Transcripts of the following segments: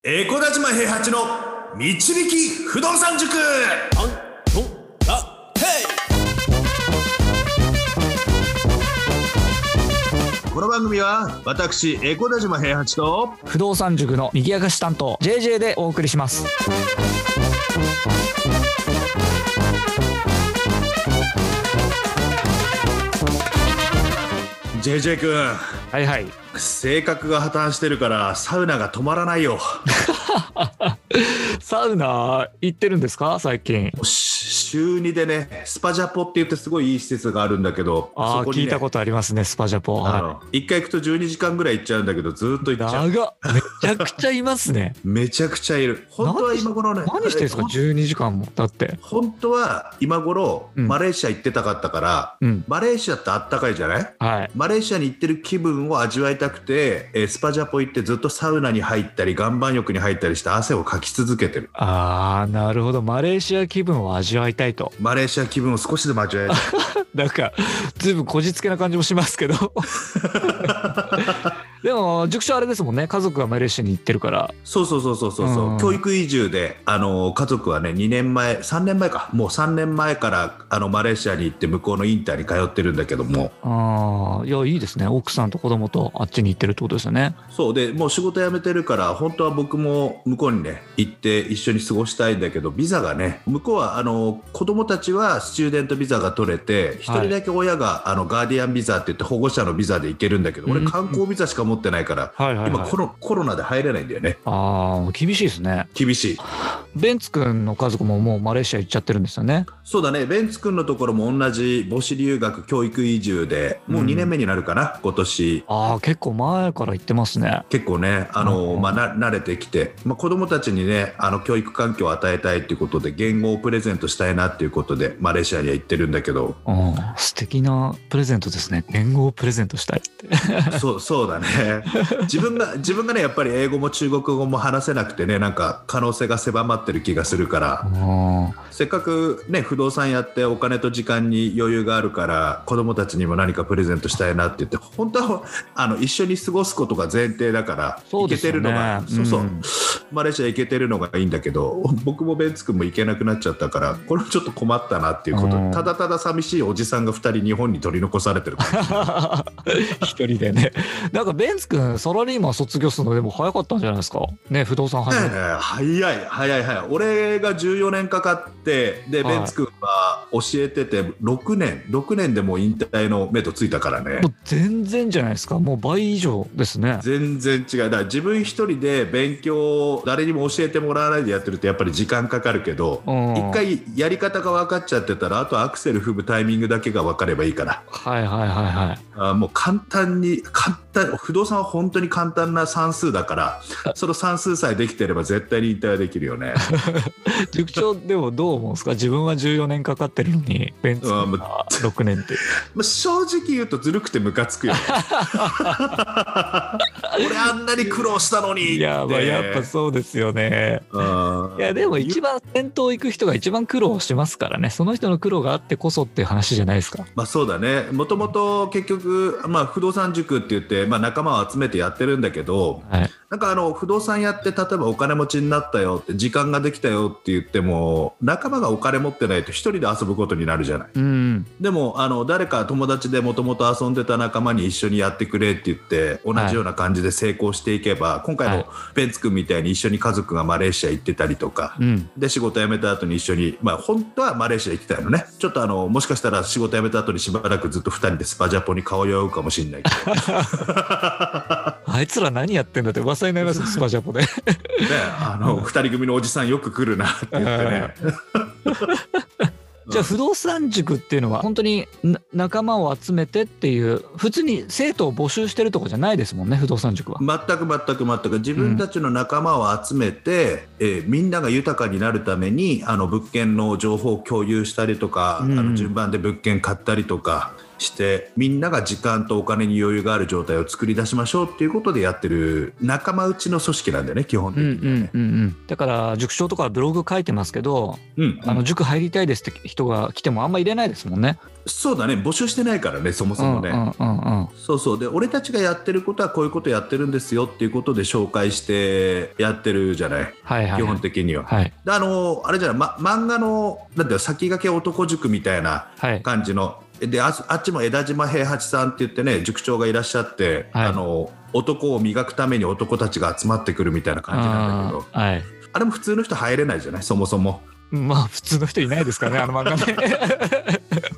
エコダ島平八の導き不動産塾。この番組は私エコダ島平八と不動産塾の右明かし担当 JJ でお送りします。 JJ 君、 はいはい。 性格が破綻してるからサウナが止まらないよ。 サウナ行ってるんですか最近？ 週2でね、スパジャポって言ってすごいいい施設があるんだけど、そこにね、 聞いたことありますね、スパジャポ。 1回行くと12時間ぐらい行っちゃうんだけど、ずっと行っちゃう。 長っ、めちゃくちゃいますね。 めちゃくちゃいる。本当は今頃ね、 何してるんですか12時間も。だって本当は今頃、マレーシア行ってたかったから、マレーシアってあったかいじゃない、 はい、 マレーシアに行ってる気分を味わいたくて、スパジャポ行ってずっとサウナに入ったり岩盤浴に入ったりして汗をかき続けてる。 あー、なるほど。マレーシア気分を味わいたいと。 マレーシア気分を少しでも味わいたい。 なんかずいぶんこじつけな感じもしますけど。でも塾長あれですもんね、家族がマレーシアに行ってるから。 そう、教育移住で家族はね、2年前3年前か、もう3年前からマレーシアに行って向こうのインターに通ってるんだけども。 いや、いいですね。奥さんと子供とあっちに行ってるってことですよね。 そうで、もう仕事辞めてるから本当は僕も向こうにね行って一緒に過ごしたいんだけど、ビザがね、向こうは子供たちはスチューデントビザが取れて、一人だけ親がガーディアンビザって言って保護者のビザで行けるんだけど、俺観光ビザしか持ってないから、今コロナで入れないんだよね。 厳しいですね。 厳しい。 ベンツ君の家族ももうマレーシア行っちゃってるんですよね。 そうだね。ベンツ君のところも同じ母子留学教育移住でもう2年目になるかな、今年。 結構前から行ってますね。 結構ね、慣れてきて、子供たちにね教育環境を与えたいっていうことで言語をプレゼントしたいなっていうことでマレーシアには行ってるんだけど。 素敵なプレゼントですね。言語をプレゼントしたいって。 そうだね。自分がね、やっぱり英語も中国語も話せなくてね、なんか可能性が狭まってる気がするから、せっかくね不動産やってお金と時間に余裕があるから子供たちにも何かプレゼントしたいなって言って、本当は一緒に過ごすことが前提だから行けてるのが、マレーシア行けてるのがいいんだけど、僕もベンツ君も行けなくなっちゃったから、これちょっと困ったなっていうことで、ただただ寂しいおじさんが2人日本に取り残されてる感じ。 一人でね。なんかベンツ君サラリーマン卒業するのでも早かったんじゃないですかね。不動産始めて、 早い。俺が14年かかって、でベンツ君は教えてて6年でもう引退の目処ついたからね。 もう全然じゃないですか。もう倍以上ですね。 全然違う。だから自分一人で勉強を誰にも教えてもらわないでやってるとやっぱり時間かかるけど、一回やり方が分かっちゃってたら、あとアクセル踏むタイミングだけが分かればいいから。もう簡単、不動産は本当に簡単な算数だから、その算数さえできてれば絶対に引退はできるよね。 塾長でもどう思うんですか？自分は14年かかってるのにベンツが6年って。 正直言うとずるくてムカつくよね。俺あんなに苦労したのにって。 やっぱそうですよね。いやでも一番先頭行く人が一番苦労しますからね。その人の苦労があってこそっていう話じゃないですか。 そうだね。もともと結局、不動産塾って言って、仲間を集めてやってるんだけど、なんか不動産やって例えばお金持ちになったよって、時間ができたよって言っても、仲間がお金持ってないと一人で遊ぶことになるじゃない。でも誰か友達でもともと遊んでた仲間に一緒にやってくれって言って同じような感じで成功していけば、今回のベンツ君みたいに一緒に家族がマレーシア行ってたりとか、で仕事辞めた後に一緒に、本当はマレーシア行ってたのね。ちょっともしかしたら仕事辞めた後にしばらくずっと2人でスパジャポに顔ようかもしれないけど。 あいつら何やってんだって噂になりますよ、スパジャポで。 2人組のおじさんよく来るなって言ってね。 じゃあ不動産塾っていうのは本当に仲間を集めてっていう、普通に生徒を募集してるとこじゃないですもんね、不動産塾は。全く自分たちの仲間を集めて、みんなが豊かになるために物件の情報を共有したりとか、順番で物件買ったりとかしてみんなが時間とお金に余裕がある状態を作り出しましょうっていうことでやってる仲間内の組織なんだよね基本的にはね。 だから塾長とかブログ書いてますけど、塾入りたいですって人が来てもあんま入れないですもんね。 そうだね、募集してないからねそもそもね。そうそう、で俺たちがやってることはこういうことやってるんですよっていうことで紹介してやってるじゃない、基本的には。であれじゃない、漫画のなんて先駆け男塾みたいな感じの、で あっちも枝島平八さんって言ってね塾長がいらっしゃって、男を磨くために男たちが集まってくるみたいな感じなんだけど、あれも普通の人入れないじゃないそもそも。 まあ普通の人いないですからねあの漫画ね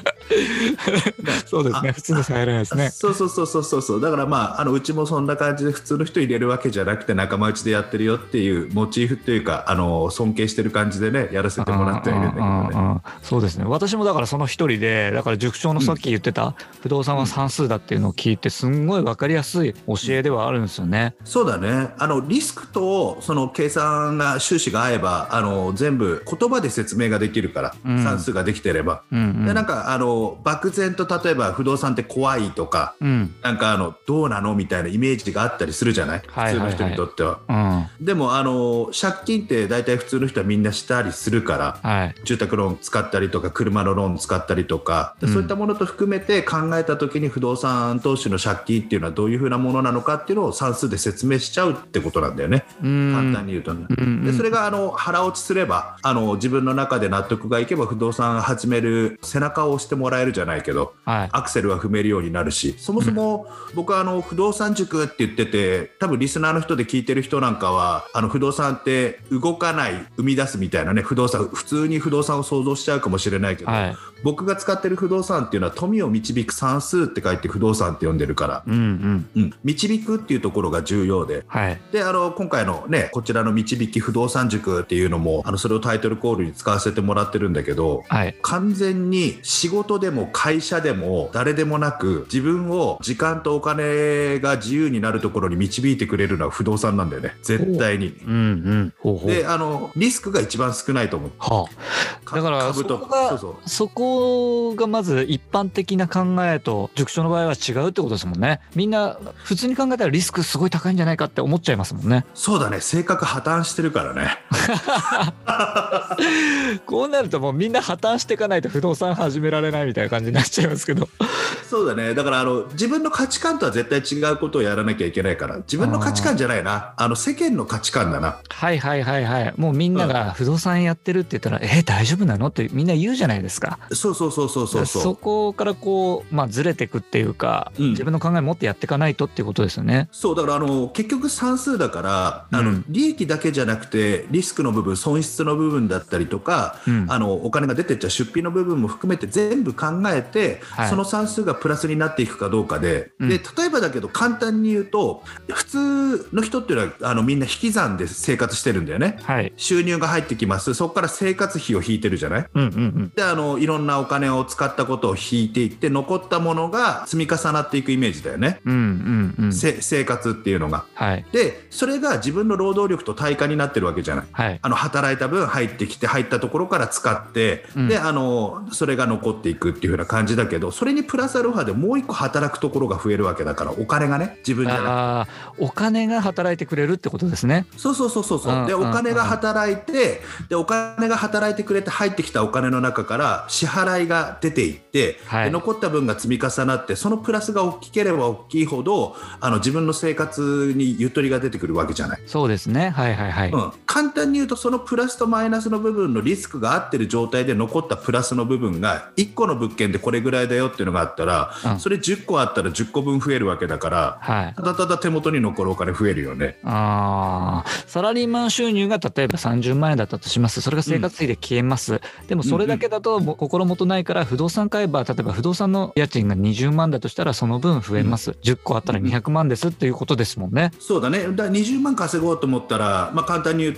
そうですね、普通の人入らないですね。 そうだからうちもそんな感じで普通の人入れるわけじゃなくて仲間内でやってるよっていうモチーフっていうか尊敬してる感じでねやらせてもらってはいるんだけどね。 そうですね、私もだからその一人で、だから塾長のさっき言ってた不動産は算数だっていうのを聞いてすんごい分かりやすい教えではあるんですよね。 そうだね、リスクとその計算が収支が合えば全部言葉で説明ができるから、算数ができてれば、でなんか漠然と例えば不動産って怖いとか、なんかどうなのみたいなイメージがあったりするじゃない、普通の人にとっては。でも借金って大体普通の人はみんなしたりするから、住宅ローン使ったりとか車のローン使ったりとか、そういったものと含めて考えた時に不動産投資の借金っていうのはどういうふうなものなのかっていうのを算数で説明しちゃうってことなんだよね、簡単に言うとね。でそれが腹落ちすれば自分の中で納得がいけば不動産始める背中を押してもらえるじゃないけど、アクセルは踏めるようになるし、そもそも僕は不動産塾って言ってて、多分リスナーの人で聞いてる人なんかは不動産って動かない生み出すみたいなね、普通に不動産を想像しちゃうかもしれないけど、僕が使ってる不動産っていうのは富を導く算数って書いて不動産って呼んでるから、導くっていうところが重要で、で今回のねこちらの導き不動産塾っていうのもそれをタイトルコールに使わせてもらってるんだけど、完全に仕事でも会社でも誰でもなく自分を時間とお金が自由になるところに導いてくれるのは不動産なんだよね絶対に。でリスクが一番少ないと思う、 だからそこがまず一般的な考えと塾長の場合は違うってことですもんね。みんな普通に考えたらリスクすごい高いんじゃないかって思っちゃいますもんね。 そうだね、性格破綻してるからねこうなるともうみんな破綻していかないと不動産始められないみたいな感じになっちゃいますけどそうだね、だから自分の価値観とは絶対違うことをやらなきゃいけないから、自分の価値観じゃないな、世間の価値観だな。もうみんなが不動産やってるって言ったら、大丈夫なのってみんな言うじゃないですか。そこからこう、ずれていくっていうか、自分の考え持ってやっていかないとっていうことですよね。そうだから結局算数だから利益だけじゃなくてリスクの部分、損失の部分だったりとか、お金が出てっちゃう出費の部分も含めて全部考えて、その算数がプラスになっていくかどうかで、例えばだけど簡単に言うと普通の人っていうのはみんな引き算で生活してるんだよね、収入が入ってきます、そこから生活費を引いてるじゃない、でいろんなお金を使ったことを引いていって残ったものが積み重なっていくイメージだよね、生活っていうのが、でそれが自分の労働力と対価になってるわけじゃない、働いた分入ってきて入ったところから使って、でそれが残っていくっていう風な感じだけど、それにプラスアルファでもう一個働くところが増えるわけだから、お金がね、自分じゃなくてお金が働いてくれるってことですね。 そうでお金が働いて、でお金が働いてくれて入ってきたお金の中から支払いが出ていって、で残った分が積み重なって、そのプラスが大きければ大きいほど自分の生活にゆとりが出てくるわけじゃない。 そうですね、 簡単に言うとそのプラスとマイナスの部分のリスクが合ってる状態で残ったプラスの部分が1個の物件でこれぐらいだよっていうのがあったら、それ10個あったら10個分増えるわけだから、ただただ手元に残るお金増えるよね。 サラリーマン収入が例えば30万円だったとします。それが生活費で消えます、でもそれだけだと心もとないから、不動産買えば例えば不動産の家賃が20万だとしたらその分増えます、10個あったら200万ですっていうことですもんね。 そうだね、だから20万稼ごうと思ったら、簡単に言う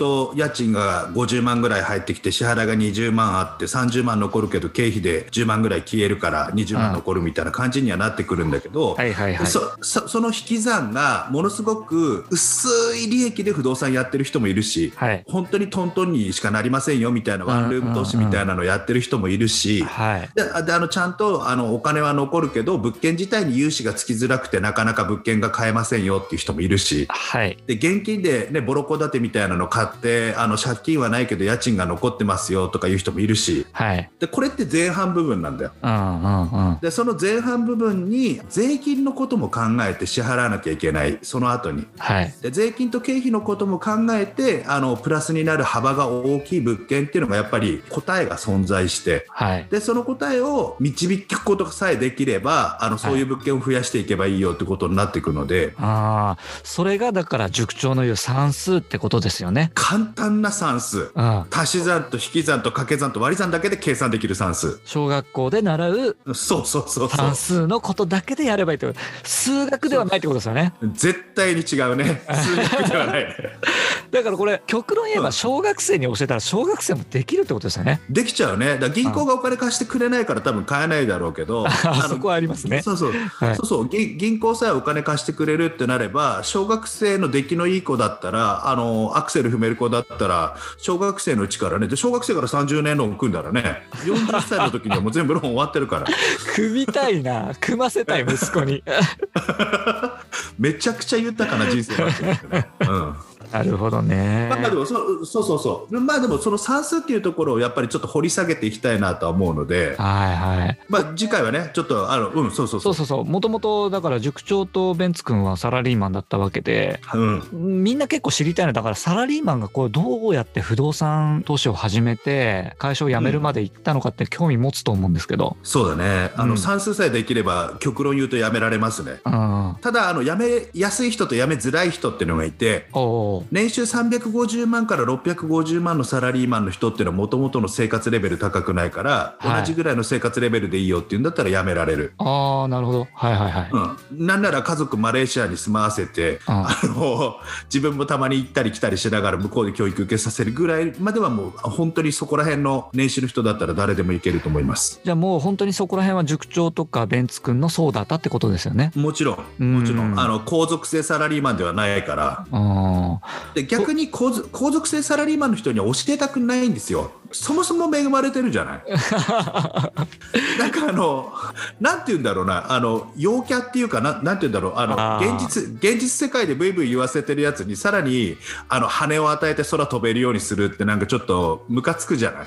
と家賃が50万ぐらい入ってきて支払いが20万あって30万残るけど経費で10万ぐらい消えるから20万残るみたいな感じにはなってくるんだけど、その引き算がものすごく薄い利益で不動産やってる人もいるし、本当にトントンにしかなりませんよみたいなワンルーム投資みたいなのやってる人もいるし、でちゃんとお金は残るけど物件自体に融資がつきづらくてなかなか物件が買えませんよっていう人もいるし、で現金で、ね、ボロ戸建てみたいなの買って借金はないけど家賃が残ってますよとかいう人もいるし、でこれって前半部分なんだよ。でその前半部分に税金のことも考えて支払わなきゃいけない。その後に、で税金と経費のことも考えてプラスになる幅が大きい物件っていうのがやっぱり答えが存在して、でその答えを導くことさえできればそういう物件を増やしていけばいいよってことになっていくので、 それがだから塾長の言う算数ってことですよね。 簡単な算数、足し算と引き算と掛け算と割り算だけで計算できる算数、 小学校で習う算数のことだけでやればいいってこと。数学ではないってことですよね。 絶対に違うね。数学ではないだからこれ極論言えば小学生に教えたら小学生もできるってことですよね。 できちゃうね。だから銀行がお金貸してくれないから多分買えないだろうけどそこはありますね。 銀行さえお金貸してくれるってなれば小学生の出来のいい子だったらアクセル踏める子だったら小学生のうちからね、で小学生から30年ローン組んだらね40歳の時にはもう全部ローン終わってるから組みたいな、組ませたい息子にめちゃくちゃ豊かな人生だったんですよね。 なるほどね。 でもでもその算数っていうところをやっぱりちょっと掘り下げていきたいなとは思うので、次回はねちょっともともとだから塾長とベンツ君はサラリーマンだったわけで、みんな結構知りたいのだからサラリーマンがこうどうやって不動産投資を始めて会社を辞めるまで行ったのかって興味持つと思うんですけど。 そうだね。算数さえできれば極論言うと辞められますね。ただ辞めやすい人と辞めづらい人っていうのがいて、年収350万から650万のサラリーマンの人っていうのはもともとの生活レベル高くないから、同じぐらいの生活レベルでいいよっていうんだったら辞められる。 なるほど。 なんなら家族マレーシアに住まわせて、自分もたまに行ったり来たりしながら向こうで教育受けさせるぐらいまではもう本当にそこら辺の年収の人だったら誰でもいけると思います。 じゃあもう本当にそこら辺は塾長とかベンツ君のそうだったってことですよね。 もちろん皇族制サラリーマンではないから。で逆に皇族制サラリーマンの人には教えたくないんですよ。そもそも恵まれてるじゃない。なんかなんて言うんだろうな、陽キャっていうかなんて言うんだろう、現実世界でブイブイ言わせてるやつにさらに羽を与えて空飛べるようにするってなんかちょっとムカつくじゃない。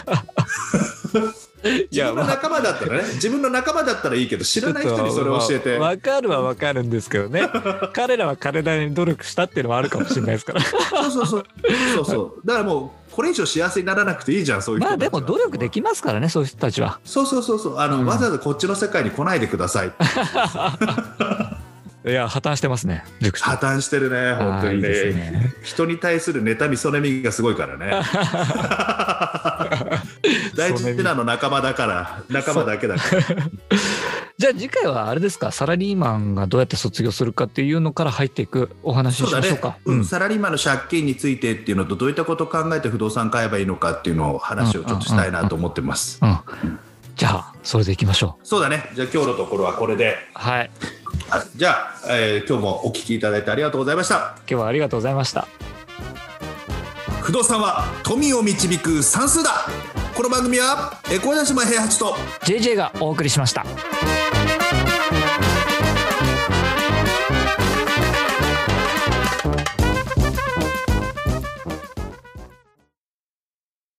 自分の仲間だったらいいけど知らない人にそれを教えて。 分かるは分かるんですけどね。彼らは彼なりに努力したっていうのはあるかもしれないですから。 だからもうこれ以上幸せにならなくていいじゃん、そういう人たちは。 でも努力できますからね、そういう人たちは。 わざわざこっちの世界に来ないでください。 いや破綻してますね。 破綻してるね、本当にね。人に対する妬みそねみがすごいからね。大事ってのは仲間だから、仲間だけだから。 じゃあ次回はあれですか、サラリーマンがどうやって卒業するかっていうのから入っていくお話ししましょうか。 サラリーマンの借金についてっていうのとどういったことを考えて不動産買えばいいのかっていうのを話をちょっとしたいなと思ってます。 じゃあそれでいきましょう。 そうだね。じゃあ今日のところはこれで。じゃあ、今日もお聞きいただいてありがとうございました。 今日はありがとうございました。 不動産は富を導く算数だ。この番組は小林島平八と JJ がお送りしました。